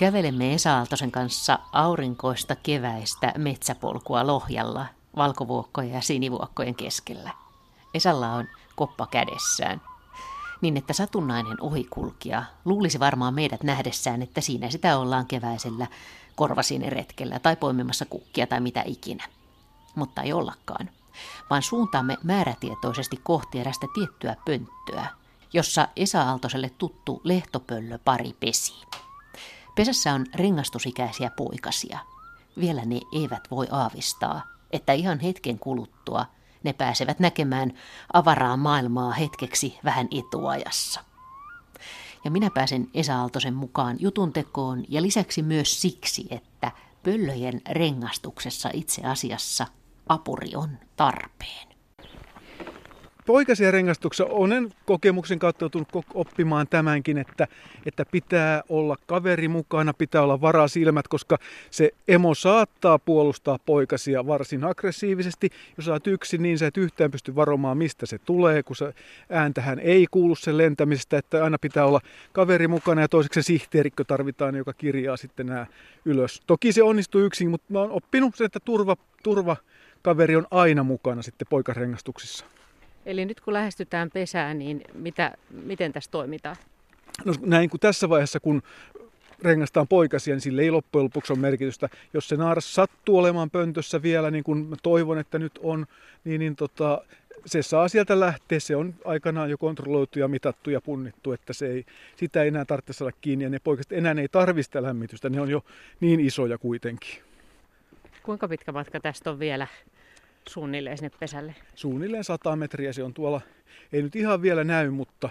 Kävelemme Esa Aaltosen kanssa aurinkoista keväistä metsäpolkua Lohjalla, valkovuokkojen ja sinivuokkojen keskellä. Esalla on koppa kädessään, niin että satunnainen ohikulkija luulisi varmaan meidät nähdessään, että siinä sitä ollaan keväisellä korvasieniretkellä tai poimimassa kukkia tai mitä ikinä. Mutta ei ollakaan, vaan suuntaamme määrätietoisesti kohti erästä tiettyä pönttöä, jossa Esa Aaltoselle tuttu lehtopöllöpari pesii. Pesässä on rengastusikäisiä poikasia. Vielä ne eivät voi aavistaa, että ihan hetken kuluttua ne pääsevät näkemään avaraa maailmaa hetkeksi vähän etuajassa. Ja minä pääsen Esa Aaltosen mukaan jutuntekoon ja lisäksi myös siksi, että pöllöjen rengastuksessa itse asiassa apuri on tarpeen. Poikasia rengastuksessa olen kokemuksen kautta joutunut oppimaan tämänkin, että pitää olla kaveri mukana, pitää olla varasilmät, koska se emo saattaa puolustaa poikasia varsin aggressiivisesti. Jos olet yksin, niin sä et yhtään pysty varomaan, mistä se tulee, kun se ääntähän ei kuulu sen lentämisestä, että aina pitää olla kaveri mukana ja toiseksi se sihteerikkö tarvitaan, joka kirjaa sitten nämä ylös. Toki se onnistuu yksin, mutta mä oon oppinut sen, että turvakaveri on aina mukana sitten poikarengastuksissa. Eli nyt kun lähestytään pesään, niin miten tässä toimitaan? No näin kuin tässä vaiheessa, kun rengastaan poikasia, niin sille ei loppujen lopuksi ole merkitystä. Jos se naaras sattuu olemaan pöntössä vielä, niin kuin mä toivon, että nyt on, niin se saa sieltä lähteä. Se on aikanaan jo kontrolloitu ja mitattu ja punnittu, että sitä ei enää tarvitse saada kiinni. Ja ne poikaset enää ei tarvitse lämmitystä, ne on jo niin isoja kuitenkin. Kuinka pitkä matka tästä on vielä suunnilleen sinne pesälle? Suunnilleen 100 metriä se on tuolla. Ei nyt ihan vielä näy, mutta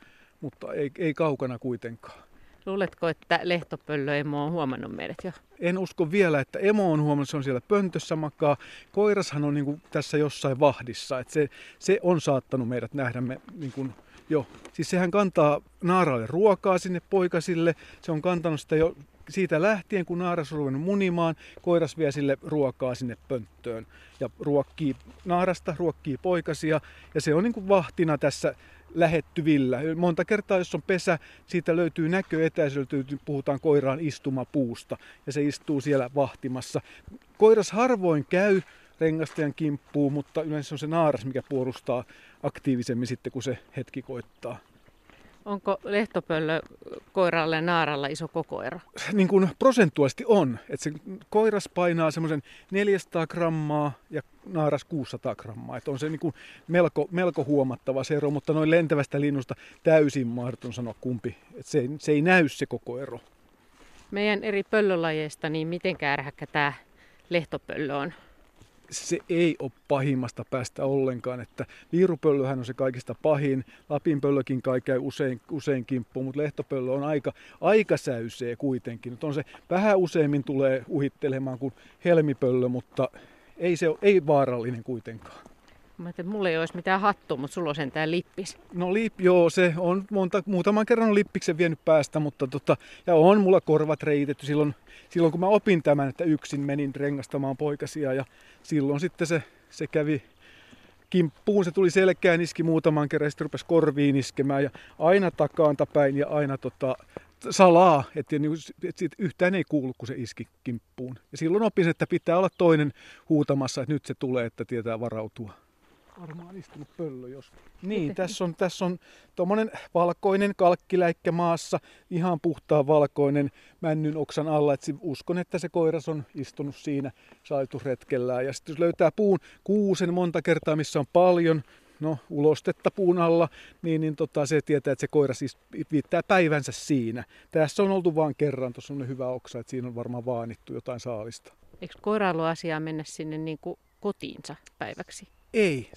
ei kaukana kuitenkaan. Luuletko, että lehtopöllöemo on huomannut meidät jo? En usko vielä, että emo on huomannut, se on siellä pöntössä makaa. Koirashan on niin kuin tässä jossain vahdissa, että se on saattanut meidät nähdä niin kuin jo. Siis sehän kantaa naaraalle ruokaa sinne poikasille, se on kantanut sitä jo siitä lähtien, kun naaras on ruvennut munimaan, koiras vie sille ruokaa sinne pönttöön ja ruokkii naarasta, ruokkii poikasia ja se on niin kuin vahtina tässä lähettyvillä. Monta kertaa, jos on pesä, siitä löytyy näköetäisyydeltä, puhutaan koiraan istumapuusta ja se istuu siellä vahtimassa. Koiras harvoin käy rengastajan kimppuun, mutta yleensä on se naaras, mikä puolustaa aktiivisemmin sitten, kun se hetki koittaa. Onko lehtopöllö koiralle ja naaralla iso kokoero? Niin kuin prosentuaalisesti on. Että se koiras painaa semmoisen 400 grammaa ja naaras 600 grammaa. Että on se niin kuin melko huomattava se ero, mutta noin lentävästä linnusta täysin mahdoton sanoa kumpi. Että se ei näy se koko ero. Meidän eri pöllölajeista, niin miten ärhäkkä tämä lehtopöllö on? Se ei ole pahimmasta päästä ollenkaan, että viirupöllöhän on se kaikista pahin, lapinpöllökin kai käy usein kimppuun, mutta lehtopöllö on aika säysee kuitenkin. Nyt on se vähän useimmin tulee uhittelemaan kuin helmipöllö, mutta ei vaarallinen kuitenkaan. Mä ajattelin, että mulla ei olisi mitään hattua, mutta sulla on sentään lippis. No joo, se on muutaman kerran on lippiksen vienyt päästä, mutta ja on mulla korvat reitetty silloin kun mä opin tämän, että yksin menin rengastamaan poikasia ja silloin sitten se kävi kimppuun, se tuli selkään, iski muutaman kerran ja sitten rupesi korviin iskemään ja aina takaantapäin ja aina salaa, että yhtään ei kuulu, kun se iski kimppuun. Ja silloin opin, että pitää olla toinen huutamassa, että nyt se tulee, että tietää varautua. Varmaan istunut pöllö joskus. Niin, tässä on tuommoinen valkoinen kalkkiläikkä maassa, ihan puhtaan valkoinen männyn oksan alla. Et uskon, että se koiras on istunut siinä saalitusretkellään. Ja sitten jos löytää kuusen monta kertaa, missä on paljon ulostetta puun alla, niin se tietää, että se koiras viittää päivänsä siinä. Tässä on oltu vain kerran, tuossa on hyvä oksa, että siinä on varmaan vaanittu jotain saalista. Eikö koirailu asiaa mennä sinne niin kuin kotiinsa päiväksi? Ei.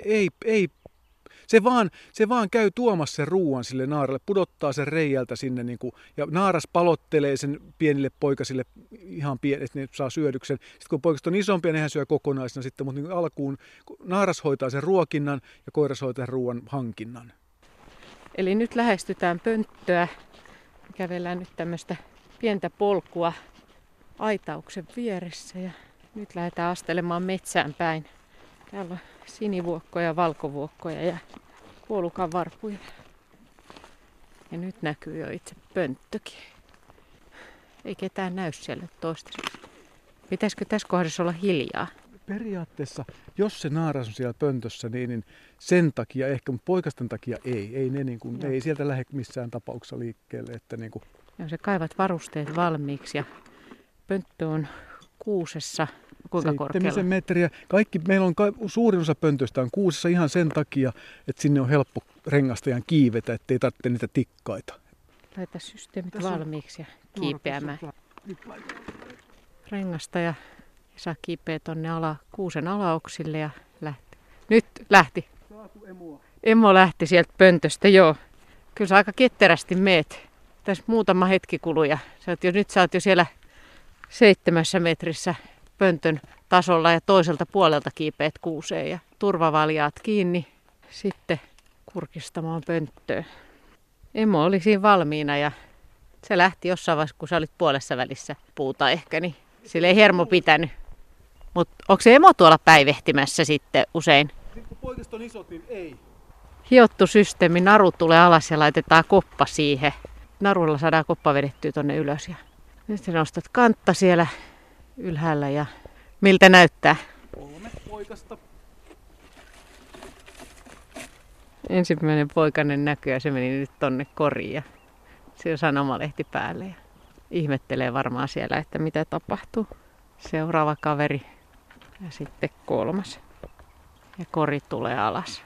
Se vaan käy tuomassa sen ruuan sille naaralle, pudottaa sen reijältä sinne ja naaras palottelee sen pienille poikasille ihan pienet, että ne saa syödyksen. Sitten kun poikaset on isompia, nehän syö kokonaisena sitten, mutta alkuun naaras hoitaa sen ruokinnan ja koiras hoitaa ruoan hankinnan. Eli nyt lähestytään pönttöä. Kävellään nyt tämmöistä pientä polkua aitauksen vieressä ja nyt lähdetään astelemaan metsään päin. Täällä on sinivuokkoja, valkovuokkoja ja puolukan varpuja. Ja nyt näkyy jo itse pönttökin. Ei ketään näy siellä toistaiseksi. Pitäisikö tässä kohdassa olla hiljaa? Periaatteessa, jos se naaras on siellä pöntössä, niin sen takia ehkä, mutta poikasten takia ei. Ei, ne ei sieltä lähde missään tapauksessa liikkeelle. Että Ja se kaivat varusteet valmiiksi ja pönttö on kuusessa. Kuinka korkealla? 7 metriä. Meillä on suurin osa pöntöistä on kuusessa ihan sen takia, että sinne on helppo rengastajan kiivetä, ettei tarvitse niitä tikkaita. Laita systeemit valmiiksi ja kiipeämään. Rengastaja saa kiipeä tuonne kuusen alaoksille ja lähti. Nyt lähti. Emo lähti sieltä pöntöstä, joo. Kyllä sä aika ketterästi meet. Tässä muutama hetki kuluja. Nyt sä oot jo siellä 7 metrissä pöntön tasolla ja toiselta puolelta kiipeät kuuseen ja turvavaljaat kiinni. Sitten kurkistamaan pönttöön. Emo oli siinä valmiina ja se lähti jossain vaiheessa, kun sä olit puolessa välissä puuta ehkä, niin sillä ei hermo pitänyt. Mutta onko se emo tuolla päivehtimässä sitten usein? Sitten kun poikaset on isot, niin ei. Hiottu systeemi, naru tulee alas ja laitetaan koppa siihen. Narulla saadaan koppa vedettyä tonne ylös. Ja nyt sä nostat kantta siellä ylhäällä ja miltä näyttää? 3 poikasta. Ensimmäinen poikainen näkyy ja se meni nyt tonne koriin ja se on sanomalehti päälle ja ihmettelee varmaan siellä, että mitä tapahtuu. Seuraava kaveri ja sitten 3. Ja kori tulee alas.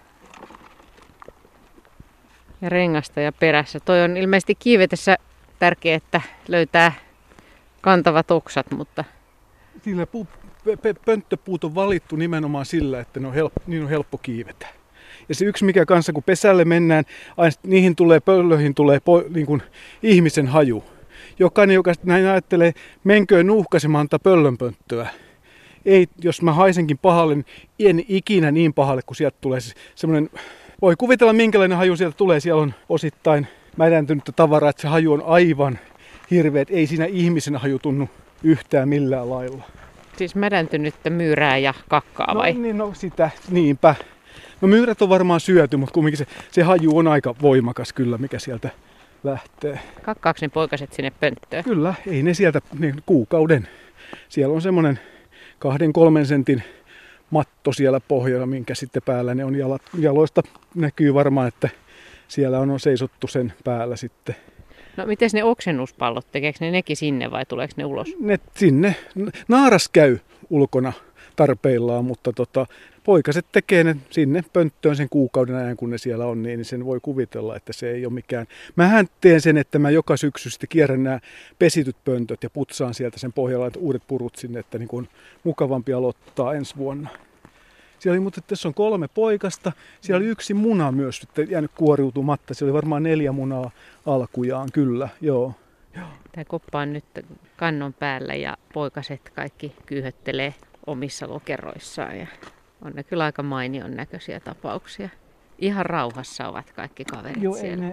Ja rengastaja perässä. Toi on ilmeisesti kiivetessä tärkeää, että löytää kantavat oksat, mutta Sillä pönttöpuut on valittu nimenomaan sillä, että niin on helppo kiivetä. Ja se yksi mikä kanssa, kun pesälle mennään, pöllöihin tulee niin kuin ihmisen haju. Jokainen, joka näin ajattelee, menköön nuuhkaisemaan pöllönpönttöä. Ei, jos mä haisenkin pahalle, niin en ikinä niin pahalle, kun sieltä tulee semmoinen. Voi kuvitella, minkälainen haju sieltä tulee. Siellä on osittain mädäntynyttä tavaraa, että se haju on aivan hirveä. Ei siinä ihmisen haju tunnu yhtään millään lailla. Siis mädäntynyttä myyrää ja kakkaa vai? Niinpä. No myyrät on varmaan syöty, mutta kumminkin se haju on aika voimakas kyllä, mikä sieltä lähtee. Kakkaako ne poikaset sinne pönttöön? Kyllä, ei ne sieltä kuukauden. Siellä on semmoinen 2-3 sentin matto siellä pohjalla, minkä sitten päällä ne on jaloista. Näkyy varmaan, että siellä on seisottu sen päällä sitten. No miten ne oksennuspallot, tekeekö ne nekin sinne vai tuleeko ne ulos? Ne sinne. Naaras käy ulkona tarpeillaan, mutta poikaset tekee ne sinne pönttöön sen kuukauden ajan, kun ne siellä on, niin sen voi kuvitella, että se ei ole mikään. Mähän teen sen, että mä joka syksy sitten kierrän nämä pesityt pöntöt ja putsaan sieltä sen pohjalla uudet purut sinne, että niin kuin mukavampi aloittaa ensi vuonna. Siellä oli, mutta tässä on 3 poikasta. Siellä oli 1 muna myös sitten jäänyt kuoriutumatta. Siellä oli varmaan 4 munaa alkujaan, kyllä, joo. Tämä koppa on nyt kannon päällä ja poikaset kaikki kyyhöttelee omissa lokeroissaan ja on ne kyllä aika mainion näköisiä tapauksia. Ihan rauhassa ovat kaikki kaverit siellä.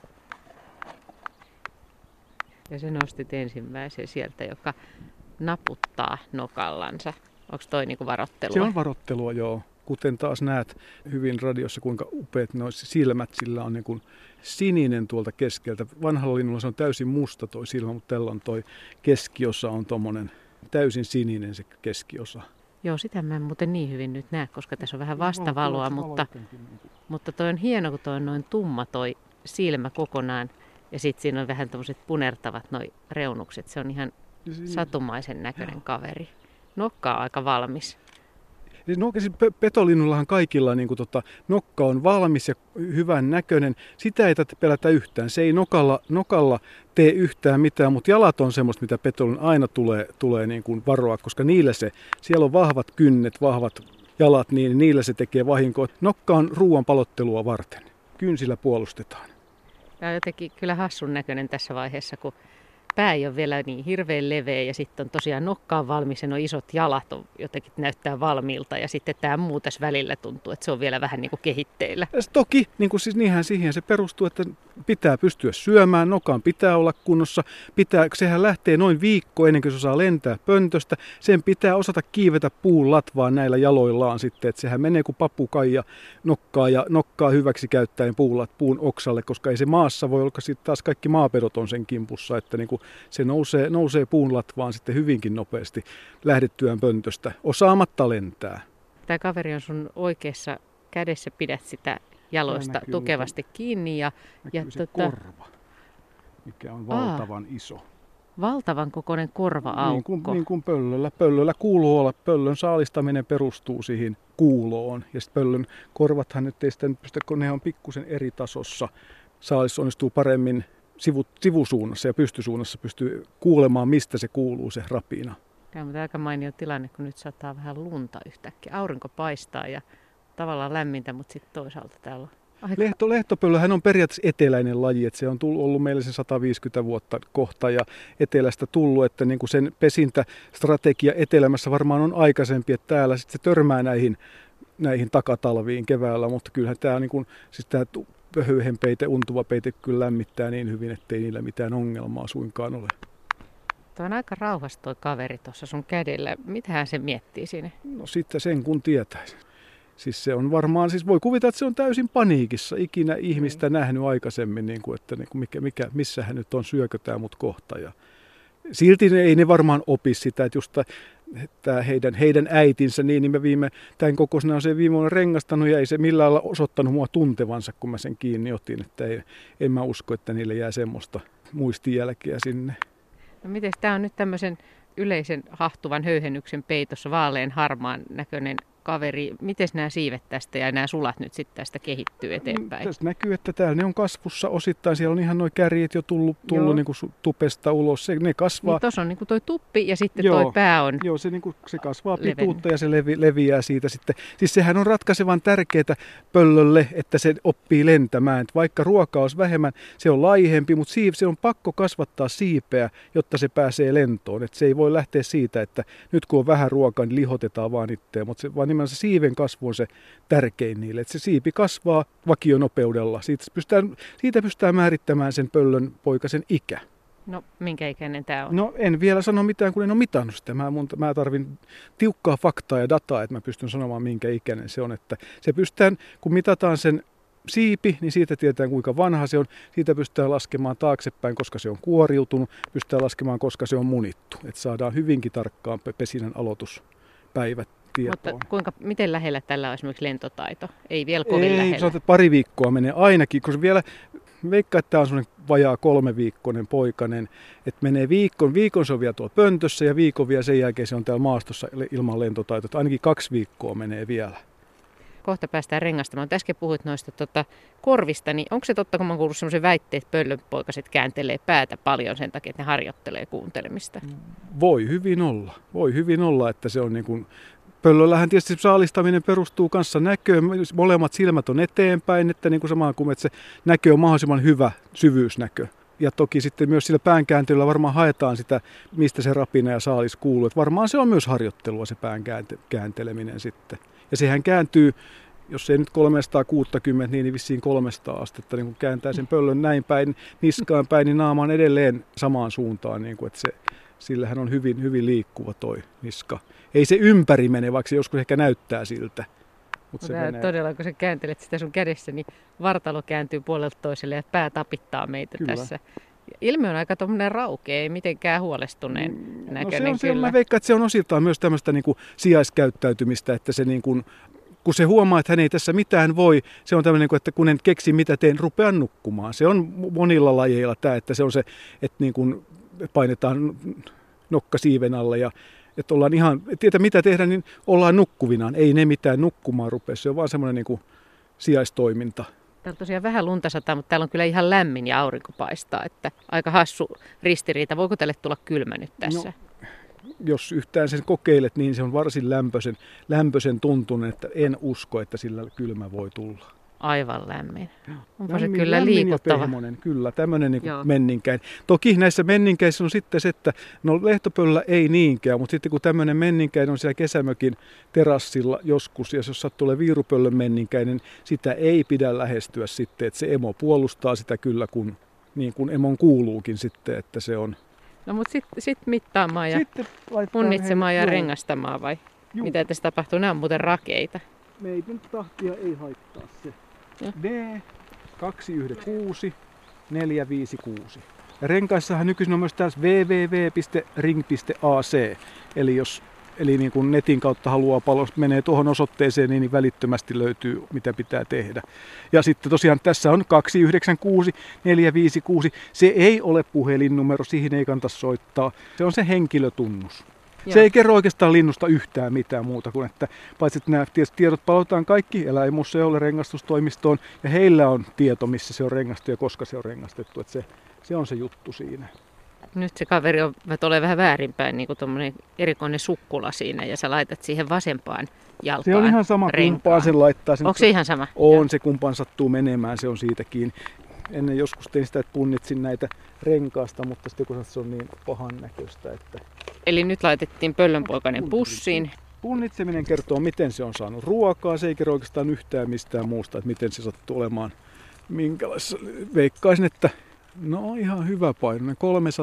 Ja se nostit ensimmäisen sieltä, joka naputtaa nokallansa. Onko toi niinku varottelua? Se on varottelua, joo. Kuten taas näet hyvin radiossa, kuinka upeat nuo silmät sillä on niin kuin sininen tuolta keskeltä. Vanhalla linnulla se on täysin musta toi silmä, mutta tällä on toi keskiosa on tommonen täysin sininen se keskiosa. Joo, sitä mä en muuten niin hyvin nyt näe, koska tässä on vähän vastavaloa, mutta toi on hieno, kun toi on noin tumma toi silmä kokonaan. Ja sitten siinä on vähän tommoset punertavat noi reunukset. Se on ihan satumaisen näköinen kaveri. Nokka on aika valmis. Petolinnullahan kaikilla niin kuin, nokka on valmis ja hyvän näköinen. Sitä ei tarvitse pelätä yhtään. Se ei nokalla tee yhtään mitään, mutta jalat on semmoista, mitä petolin aina tulee niin kuin varoa, koska siellä on vahvat kynnet, vahvat jalat, niin niillä se tekee vahinkoa. Nokka on ruoan palottelua varten. Kynsillä puolustetaan. Tämä on jotenkin kyllä hassun näköinen tässä vaiheessa, kun pää ei ole vielä niin hirveän leveä ja sitten on tosiaan nokkaan valmis ja nuo isot jalat on jotenkin näyttää valmiilta ja sitten tämä muu tässä välillä tuntuu, että se on vielä vähän niin kuin kehitteillä. Toki, niin kuin siis niinhän siihen se perustuu, että pitää pystyä syömään, nokan pitää olla kunnossa, sehän lähtee noin viikko ennen kuin se osaa lentää pöntöstä, sen pitää osata kiivetä puun latvaan näillä jaloillaan sitten, että sehän menee kuin papukaija nokkaa hyväksi käyttäen puun oksalle, koska ei se maassa voi olla, sitten taas kaikki maapedot on sen kimpussa, että niin kuin se nousee puun latvaan sitten hyvinkin nopeasti lähdettyään pöntöstä, osaamatta lentää. Tämä kaveri on sun oikeassa kädessä, pidät sitä jaloista tukevasti kiinni. Näkyy se korva, mikä on valtavan iso. Valtavan kokoinen korva-aukko. Niin kuin pöllöllä. Pöllöllä kuuluu olla. Pöllön saalistaminen perustuu siihen kuuloon. Ja sitten pöllön korvathan nyt ei sitä pysty, kun ne on pikkusen eri tasossa. Saalis onnistuu paremmin sivusuunnassa ja pystysuunnassa pystyy kuulemaan, mistä se kuuluu se rapina. Tämä on aika mainio tilanne, kun nyt saattaa vähän lunta yhtäkkiä. Aurinko paistaa ja tavallaan lämmintä, mutta sitten toisaalta täällä on Lehtopöllöhän on periaatteessa eteläinen laji, että se on ollut meillä se 150 vuotta kohta ja etelästä tullut, että niin kuin sen pesintästrategia etelämässä varmaan on aikaisempi, että täällä sitten se törmää näihin takatalviin keväällä, mutta kyllähän tämä, niin kuin, siis tämä pöhöyhenpeite, untuva peite kyllä lämmittää niin hyvin, ettei niillä mitään ongelmaa suinkaan ole. Tuo on aika rauhassa tuo kaveri tuossa sun kädellä. Mitähän se miettii siinä? No sitten sen kun tietäisi. Siis se on varmaan, siis voi kuvitella, että se on täysin paniikissa, ikinä ihmistä nähnyt aikaisemmin, niin kuin, että niin kuin missä hän nyt on, syökö tämä mut kohta. Ja silti ei ne varmaan opi sitä, että just tämä heidän äitinsä, niin mä tämän kokoisena on se viime vuonna rengastanut ja ei se millään lailla osoittanut mua tuntevansa, kun mä sen kiinni otin, että en mä usko, että niille jää semmoista muistijälkeä sinne. No miten tämä on nyt tämmöisen yleisen hahtuvan höyhennyksen peitossa vaalean harmaan näköinen kaveri. Miten nämä siivet tästä ja nämä sulat nyt sitten tästä kehittyy eteenpäin? Tästä näkyy, että täällä ne on kasvussa osittain. Siellä on ihan nuo kärjet jo tullut niin kuin tupesta ulos. Ne kasvaa. Niin tuossa on niin kuin toi tuppi ja sitten toi pää on. Joo, se kasvaa pituutta ja se leviää siitä sitten. Siis sehän on ratkaisevan tärkeää pöllölle, että se oppii lentämään. Et vaikka ruokaa olisi vähemmän, se on laihempi, mutta se on pakko kasvattaa siipeä, jotta se pääsee lentoon. Et se ei voi lähteä siitä, että nyt kun on vähän ruokaa, niin lihotetaan vaan itseä, vaan nimenomaan se siiven kasvu on se tärkein niille. Että se siipi kasvaa vakionopeudella. Siitä pystytään määrittämään sen pöllön poikasen ikä. No, minkä ikäinen tämä on? No, en vielä sano mitään, kun en ole mitannut sitä. Mä tarvin tiukkaa faktaa ja dataa, että mä pystyn sanomaan, minkä ikäinen se on. Että se pystytään, kun mitataan sen siipi, niin siitä tiedetään, kuinka vanha se on. Siitä pystytään laskemaan taaksepäin, koska se on kuoriutunut. Pystytään laskemaan, koska se on munittu. Että saadaan hyvinkin tarkkaan pesinnän aloituspäivät tietoon. Mutta miten lähellä tällä on esimerkiksi lentotaito? Ei vielä kovin lähellä. Ei, pari viikkoa menee ainakin, koska vielä veikkaa, että tämä on semmoinen vajaa 3-viikkoinen poikainen, että menee viikon se on vielä tuolla pöntössä ja viikon vielä sen jälkeen se on täällä maastossa ilman lentotaitoa. Ainakin 2 viikkoa menee vielä. Kohta päästään rengastamaan. Äsken puhuit noista korvista, niin onko se totta, kun mä oon kuullut semmoisen väitteen, että pöllönpoikaset kääntelee päätä paljon sen takia, että ne harjoittelee kuuntelemista? Voi hyvin olla, että se on niin kuin pöllöllähän tietysti saalistaminen perustuu kanssa näköön. Molemmat silmät on eteenpäin, että niin kuin samaan kuin että se näkö on mahdollisimman hyvä syvyysnäkö. Ja toki sitten myös sillä päänkääntelyllä varmaan haetaan sitä, mistä se rapina ja saalis kuuluu. Että varmaan se on myös harjoittelua se pään käänteleminen sitten. Ja sehän kääntyy, jos ei nyt 360, niin vissiin 300 astetta, niin kun kääntää sen pöllön näin päin, niskaan päin, niin naama on edelleen samaan suuntaan, niin kuin, että sillähän on hyvin liikkuva toi niska. Ei se ympäri mene, vaikka se joskus ehkä näyttää siltä. Mutta se menee. Todella, kun sä kääntelet sitä sun kädessä, niin vartalo kääntyy puolelta toiselle ja pää tapittaa meitä tässä. Ilme on aika tommoinen raukea, ei mitenkään huolestuneen näköinen. No mä veikkaan, että se on osiltaan myös tämmöistä niin kuin sijaiskäyttäytymistä, että se niin kuin, kun se huomaa, että hän ei tässä mitään voi, se on tämmöinen, että kun en keksi mitä teen, rupean nukkumaan. Se on monilla lajeilla tämä, että se on se, että niin kuin painetaan nokka siiven alle ja että ollaan ihan, tiedä mitä tehdä, niin ollaan nukkuvinaan. Ei ne mitään nukkumaan rupea, se on vaan semmoinen niin kuin sijaistoiminta. Täällä on tosiaan vähän lunta sataa, mutta täällä on kyllä ihan lämmin ja aurinko paistaa, että aika hassu ristiriita. Voiko tälle tulla kylmä nyt tässä? No, jos yhtään sen kokeilet, niin se on varsin lämpöisen tuntunen, että en usko, että sillä kylmä voi tulla. Aivan lämmin. Onpa se kyllä liikuttava. Ja pehmonen, kyllä, tämmöinen niin menninkäin. Toki näissä menninkäissä on sitten se, että no lehtopöllä ei niinkään, mutta sitten kun tämmöinen menninkäin on siellä kesämökin terassilla joskus, ja jos sattuu olemaan viirupöllön menninkäinen, sitä ei pidä lähestyä sitten, että se emo puolustaa sitä kyllä, kun, niin kuin emon kuuluukin sitten, että se on. No mutta sitten mittaamaan ja punnitsemaan ja rengastamaan vai mitä tässä tapahtuu? Nämä on muuten rakeita. Meidän tahtia ei haittaa se. D216 456. Ja renkaissahan nykyisin on myös tällaista www.ring.ac, eli niin kuin netin kautta haluaa menee tuohon osoitteeseen, niin välittömästi löytyy, mitä pitää tehdä. Ja sitten tosiaan tässä on 296 456. Se ei ole puhelinnumero, siihen ei kannata soittaa. Se on se henkilötunnus. Joo. Se ei kerro oikeastaan linnusta yhtään mitään muuta kuin, että paitsi että nämä tiedot palautetaan kaikki eläinmuseolle, rengastustoimistoon, ja heillä on tieto, missä se on rengastettu ja koska se on rengastettu. Että se on se juttu siinä. Nyt se kaveri on vähän väärinpäin, niin kuin tuommoinen erikoinen sukkula siinä, ja sä laitat siihen vasempaan jalkaan. Se on ihan sama, kumpaan sen laittaa. Onko se ihan sama? On, se kumpaan sattuu menemään, se on siitä kiinni. Ennen joskus tein sitä, että punnitsin näitä renkaasta, mutta sitten kun se on niin pahan näköistä. Että... Eli nyt laitettiin pöllönpoikainen pussiin. Punnitseminen kertoo, miten se on saanut ruokaa. Se ei kerro oikeastaan yhtään mistään muusta, että miten se sattuu olemaan. Minkälaisessa veikkaisin, että no ihan hyvä paino,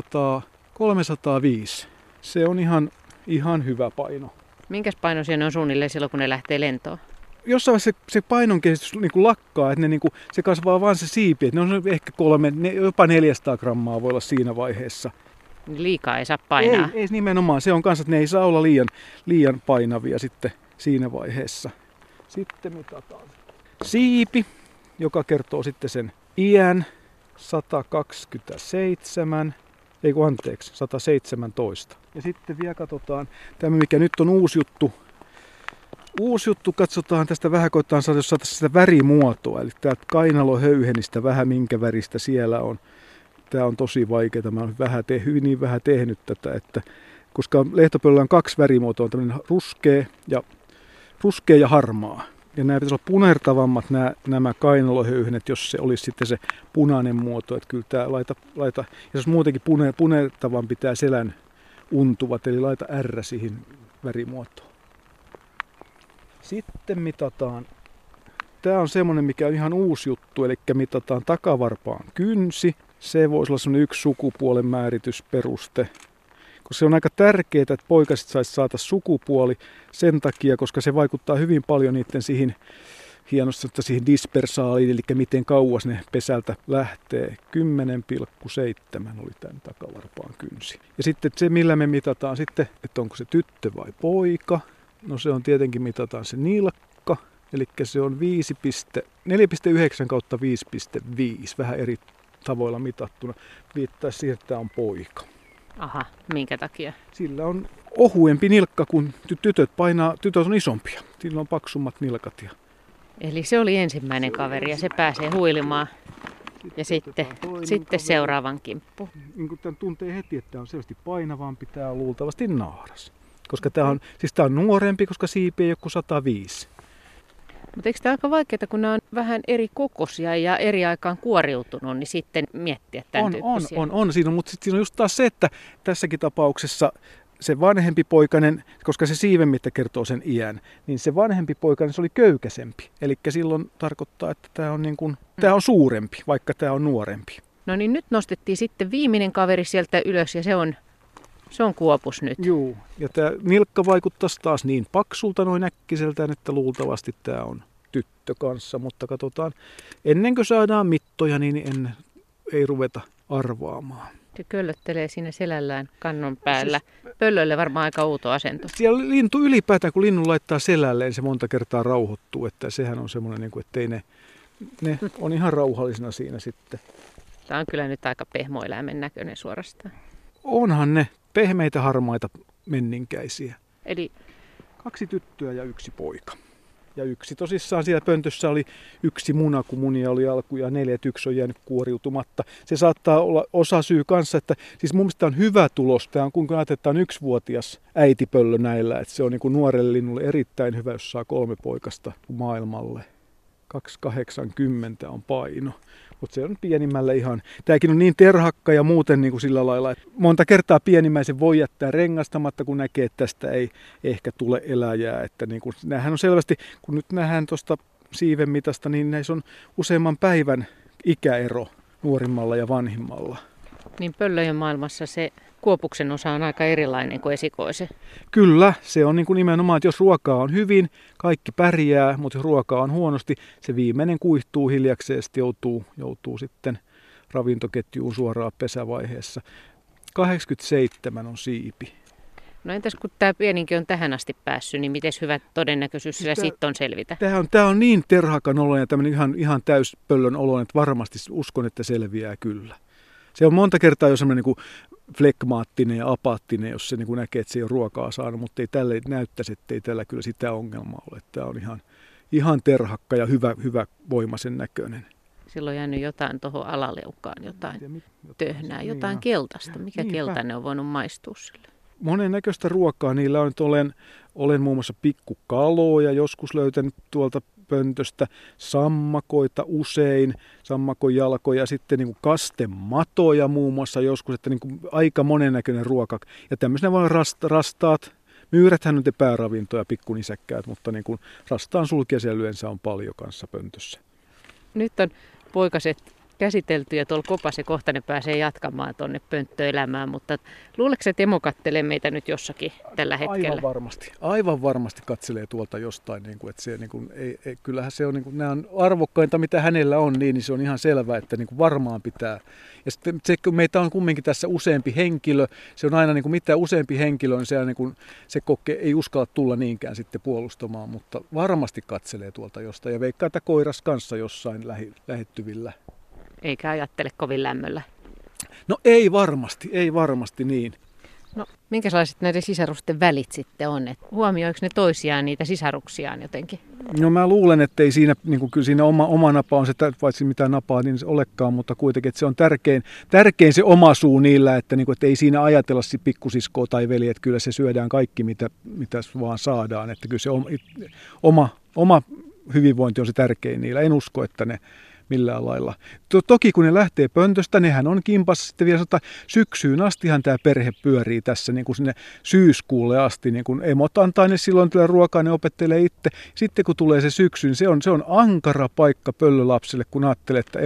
305. Se on ihan hyvä paino. Minkäs paino siinä on suunnilleen silloin, kun ne lähtee lentoon? Jossain vaiheessa se painon kehitys niin kuin lakkaa, että se kasvaa vaan se siipi. Että ne on ehkä jopa 400 grammaa voi olla siinä vaiheessa. Liikaa ei saa painaa? Ei nimenomaan. Se on kanssa, että ne ei saa olla liian painavia sitten siinä vaiheessa. Sitten mitataan siipi, joka kertoo sitten sen iän. 117. Ja sitten vielä katsotaan, tämä mikä nyt on uusi juttu. Uusi juttu, katsotaan tästä vähän, koetaan saada, jos saataisiin sitä värimuotoa. Eli täältä kainalohöyhenistä vähän minkä väristä siellä on. Tämä on tosi vaikeaa, mä olen hyvin vähän tehnyt tätä, että, koska lehtopöllöllä on 2 värimuotoa, on tämmöinen ruskea ja harmaa. Ja nämä pitäisi olla punertavammat nämä kainalohöyhenet, jos se olisi sitten se punainen muoto. Että kyllä tämä laita ja jos muutenkin punertavan pitää selän untuvat, eli laita R siihen värimuotoon. Sitten mitataan. Tämä on semmoinen, mikä on ihan uusi juttu, eli mitataan takavarpaan kynsi. Se voisi olla semmoinen yksi sukupuolen määritysperuste. Koska se on aika tärkeää, että poikaset saata sukupuoli sen takia, koska se vaikuttaa hyvin paljon niiden siihen siihen dispersaaliin, eli miten kauas ne pesältä lähtee. 10,7 oli tämän takavarpaan kynsi. Ja sitten se, millä me mitataan sitten, että onko se tyttö vai poika. No se on tietenkin, mitataan se nilkka, eli se on 4,9 kautta 5,5, vähän eri tavoilla mitattuna. Viittaisi siihen, että tämä on poika. Aha, minkä takia? Sillä on ohuempi nilkka, kun tytöt on isompia. Sillä on paksummat nilkat. Eli se oli ensimmäinen kaveri ja se pääsee huilimaan. Ja sitten seuraavan kimppu. Niin kuin tämän tuntee heti, että tämä on selvästi painavampi, tämä on luultavasti naaras. Koska tämä on nuorempi, koska siipi ei ole kuin 105. Mutta eikö tämä aika vaikeaa, kun nämä on vähän eri kokoisia ja eri aikaan kuoriutunut, niin sitten miettiä tämän tyyppisiä? On siinä, mutta sitten siinä on just taas se, että tässäkin tapauksessa se vanhempi poikainen, koska se siivenmitta kertoo sen iän, niin se vanhempi poikainen se oli köykäisempi. Eli silloin tarkoittaa, että tämä on suurempi, vaikka tämä on nuorempi. No niin, nyt nostettiin sitten viimeinen kaveri sieltä ylös ja se on kuopus nyt. Joo, ja tämä nilkka vaikuttaisi taas niin paksulta noin äkkiseltään, että luultavasti tämä on tyttö kanssa. Mutta katsotaan, ennen kuin saadaan mittoja, niin ei ruveta arvaamaan. Se köllöttelee siinä selällään kannon päällä. Pöllölle varmaan aika outo asento. Siellä lintu ylipäätään, kun linnun laittaa selälleen, se monta kertaa rauhoittuu. Että sehän on semmoinen, että ei ne on ihan rauhallisena siinä sitten. Tämä on kyllä nyt aika pehmoeläimen näköinen suorastaan. Onhan ne pehmeitä, harmaita, menninkäisiä. Eli 2 tyttöä ja 1 poika. Ja yksi tosissaan siellä pöntössä oli 1 muna, kun munia oli alkuja 4, että 1 on jäänyt kuoriutumatta. Se saattaa olla osa syy kanssa, että siis mun mielestä on hyvä tulos. Tämä on, kun ajatellaan 1-vuotias äitipöllö näillä, että se on niin kuin nuorelle linnulle erittäin hyvä, jos saa 3 poikasta maailmalle. 280 on paino. Mutta se on pienimmällä ihan. Tämäkin on niin terhakka ja muuten niin kuin sillä lailla, että monta kertaa pienimmäisen voi jättää rengastamatta, kun näkee, että tästä ei ehkä tule eläjää. Että niin kuin, näähän on selvästi, kun nyt nähdään tuosta siiven mitasta, niin näissä on useamman päivän ikäero nuorimmalla ja vanhimmalla. Niin pöllöjen maailmassa se kuopuksen osa on aika erilainen kuin esikoisen. Kyllä, se on niin kuin nimenomaan, että jos ruokaa on hyvin, kaikki pärjää, mutta jos ruokaa on huonosti, se viimeinen kuihtuu hiljakseen ja sitten joutuu sitten ravintoketjuun suoraan pesävaiheessa. 87 on siipi. No entäs kun tämä pieninkin on tähän asti päässyt, niin miten hyvä todennäköisyys sillä sitten on selvitä? Tämä on niin terhakan oloinen ja tämmöinen ihan täyspöllön oloinen, että varmasti uskon, että selviää kyllä. Se on monta kertaa jo semmoinen niin flekmaattinen ja apaattinen, jos se niin näkee, että se ei ole ruokaa saanut, mutta ei tälle näyttäisi, että ei tällä kyllä sitä ongelmaa ole. Tämä on ihan terhakka ja hyvä voimaisen näköinen. Silloin on jäänyt jotain tuohon alaleukaan, jotain töhnää, jotain keltaista. Mikä keltainen on voinut maistua sille? Monen näköistä ruokaa niillä on. Olen muun muassa pikkukaloja joskus löytänyt tuolta pöntöstä, sammakoita usein, sammakon jalkoja, sitten niin kuin kastematoja muun muassa joskus, että niin kuin aika monennäköinen ruoka. Ja tämmöisenä vaan rastaat, myyräthän on pääravintoja, pikkunisäkkäät, mutta niin kuin rastaan sulkia siellä yleensä on paljon kanssa pöntössä. Nyt on poikaset käsitelty ja tuolla kopassa kohta ne pääsee jatkamaan tuonne pönttöelämään, mutta luuleeko että emo kattelee meitä nyt jossakin tällä hetkellä? Aivan varmasti katselee tuolta jostain, niin kuin, että se, niin kuin, kyllähän se on, niin kuin, nämä on arvokkainta mitä hänellä on, niin se on ihan selvää, että niin kuin varmaan pitää. Ja sitten se, kun meitä on kumminkin tässä useampi henkilö, se on aina niin kuin mitä useampi henkilö on, se, niin kuin, se ei uskalla tulla niinkään sitten puolustamaan, mutta varmasti katselee tuolta jostain ja veikkaa, että koiras kanssa jossain lähettyvillä. Eikä ajattele kovin lämmöllä. No ei varmasti niin. No minkälaiset näiden sisarusten välit sitten on? Et huomioiko ne toisiaan niitä sisaruksiaan jotenkin? No mä luulen, että ei siinä, niin kuin kyllä siinä oma napa on se, vaikka mitä napaa niin se olekaan, mutta kuitenkin, että se on tärkein se oma suu niillä, että, niin kuin, että ei siinä ajatella pikkusiskoa tai veliä, että kyllä se syödään kaikki, mitä vaan saadaan, että kyllä se oma hyvinvointi on se tärkein niillä. En usko, että ne millään lailla. Toki kun ne lähtee pöntöstä, nehän on kimpassa sitten vielä syksyyn astihan tämä perhe pyörii tässä niin kuin sinne syyskuulle asti. Niin kun emot antaa ne silloin tällä ruokaa, ne opettelee itse. Sitten kun tulee se syksy, niin se on ankara paikka pöllölapselle, kun ajattelee, että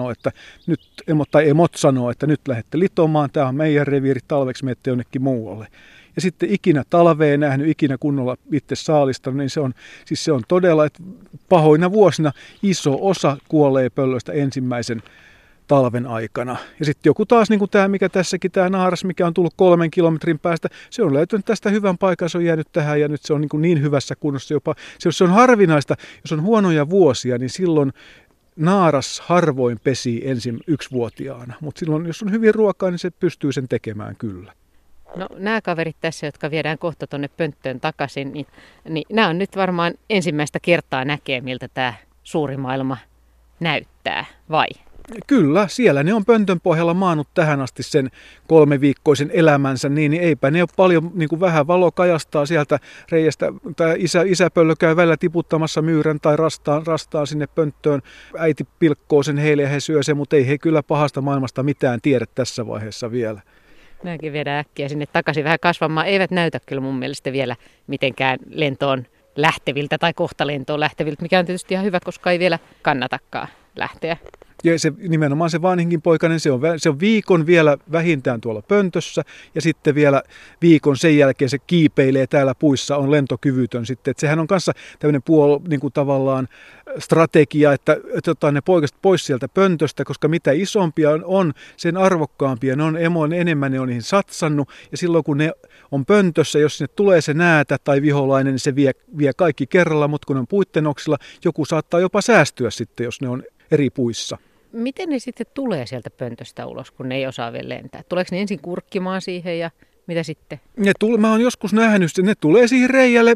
emot sanoo, että nyt lähdette litomaan, tämä on meidän reviiri, talveksi menette jonnekin muualle. Ja sitten ikinä talveen nähnyt, ikinä kunnolla itse saalistanut, niin se on todella, että pahoina vuosina iso osa kuolee pöllöistä ensimmäisen talven aikana. Ja sitten joku taas, niin kuin tämä, mikä tässäkin, tämä naaras, mikä on tullut 3 kilometrin päästä, se on löytynyt tästä hyvän paikan, se on jäänyt tähän ja nyt se on niin hyvässä kunnossa jopa. Se on harvinaista, jos on huonoja vuosia, niin silloin naaras harvoin pesii ensin 1-vuotiaana, mutta silloin, jos on hyvin ruokaa, niin se pystyy sen tekemään kyllä. No nämä kaverit tässä, jotka viedään kohta tuonne pönttöön takaisin, niin nämä on nyt varmaan ensimmäistä kertaa näkee, miltä tämä suuri maailma näyttää, vai? Kyllä, siellä ne on pöntön pohjalla maannut tähän asti sen 3-viikkoisen elämänsä, niin eipä ne ole paljon, niin kuin vähän valo kajastaa sieltä reiästä, tai isäpöllö käy välillä tiputtamassa myyrän tai rastaan sinne pönttöön, äiti pilkkoo sen heille ja he syö sen, mutta ei he kyllä pahasta maailmasta mitään tiedä tässä vaiheessa vielä. Nämäkin viedään äkkiä sinne takaisin vähän kasvamaan. Eivät näytä kyllä mun mielestä vielä mitenkään lentoon lähteviltä tai kohta lentoon lähteviltä, mikä on tietysti ihan hyvä, koska ei vielä kannatakaan lähteä. Ja nimenomaan se vanhinkin poikainen, se on viikon vielä vähintään tuolla pöntössä ja sitten vielä viikon sen jälkeen se kiipeilee täällä puissa, on lentokyvytön sitten. Että sehän on kanssa tämmöinen niin kuin tavallaan strategia, että otetaan ne poikaset pois sieltä pöntöstä, koska mitä isompia on, sen arvokkaampia ne on enemmän ne on niihin satsannut. Ja silloin kun ne on pöntössä, jos sinne tulee se näätä tai viholainen, niin se vie kaikki kerralla, mutta kun ne on puittenoksilla, joku saattaa jopa säästyä sitten, jos ne on eri puissa. Miten ne sitten tulee sieltä pöntöstä ulos, kun ne ei osaa vielä lentää? Tuleeko ne ensin kurkkimaan siihen ja mitä sitten? Mä oon joskus nähnyt, että ne tulee siihen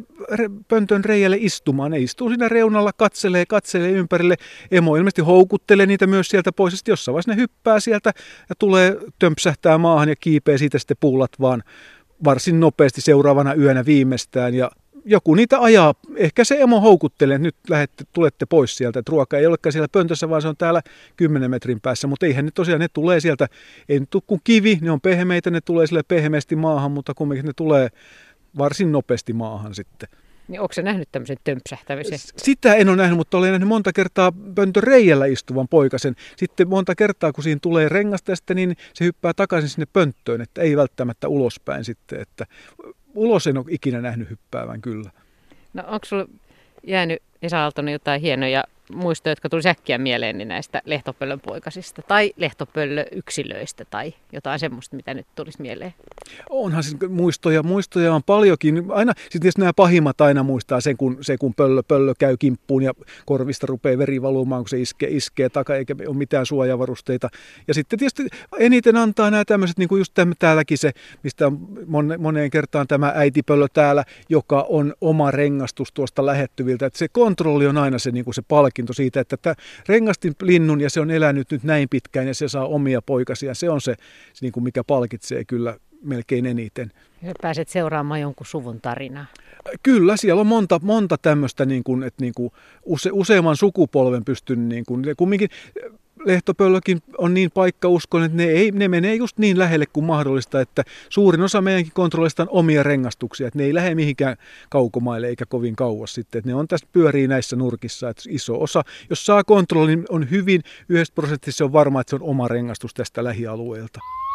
pöntön reiälle istumaan. Ne istuu siinä reunalla, katselee ympärille. Emo ilmeisesti houkuttelee niitä myös sieltä pois. Sitten jossain vaiheessa ne hyppää sieltä ja tulee tömpsähtää maahan ja kiipee siitä sitten puulat vaan varsin nopeasti seuraavana yönä viimeistään. Ja joku niitä ajaa, ehkä se emo houkuttelee, että nyt tulette pois sieltä, että ruoka ei olekaan siellä pöntössä, vaan se on täällä 10 metrin päässä, mutta eihän ne tosiaan, ne tulee sieltä, ei nyt tule kuin kivi, ne on pehmeitä, ne tulee sille pehmeästi maahan, mutta kumminkin ne tulee varsin nopeasti maahan sitten. Niin onko se nähnyt tämmöisen tömpsähtämisen? Sitä en ole nähnyt, mutta olen nähnyt monta kertaa pöntön reiällä istuvan poikasen. Sitten monta kertaa, kun siinä tulee rengasta, niin se hyppää takaisin sinne pönttöön, että ei välttämättä ulospäin sitten, että ulos en ole ikinä nähnyt hyppäävän kyllä. No onko sulla jäänyt, Esa Aaltonen, jotain hienoja muistoja, jotka tuli äkkiä mieleen niin näistä lehtopöllön poikasista tai lehtopöllöyksilöistä tai jotain semmoista, mitä nyt tulisi mieleen? Onhan siis muistoja on paljonkin. Aina, sitten nämä pahimmat aina muistaa sen, kun pöllö käy kimppuun ja korvista rupeaa veri valumaan, kun se iskee takaa eikä ole mitään suojavarusteita. Ja sitten tietysti eniten antaa nämä tämmöiset, niin kuin just täälläkin se, mistä on moneen kertaan tämä äitipöllö täällä, joka on oma rengastus tuosta lähettyviltä. Että se kontrolli on aina se, niin kuin se palkinto siitä, että rengastin linnun ja se on elänyt nyt näin pitkään ja se saa omia poikasia. Se on se niin kuin mikä palkitsee kyllä melkein eniten. Ja pääset seuraamaan jonkun suvun tarinaa. Kyllä, siellä on monta tämmöistä, niin kuin, että niin kuin useamman sukupolven pystyn, niin kuin, kumminkin lehtopöllökin on niin paikkauskoinen, että ne menee just niin lähelle kuin mahdollista, että suurin osa meidänkin kontrollista on omia rengastuksia, että ne ei lähde mihinkään kaukomaille eikä kovin kauas sitten, että ne on tästä pyörii näissä nurkissa, että iso osa, jos saa kontrollin, niin on hyvin 9% se on varma, että se on oma rengastus tästä lähialueelta.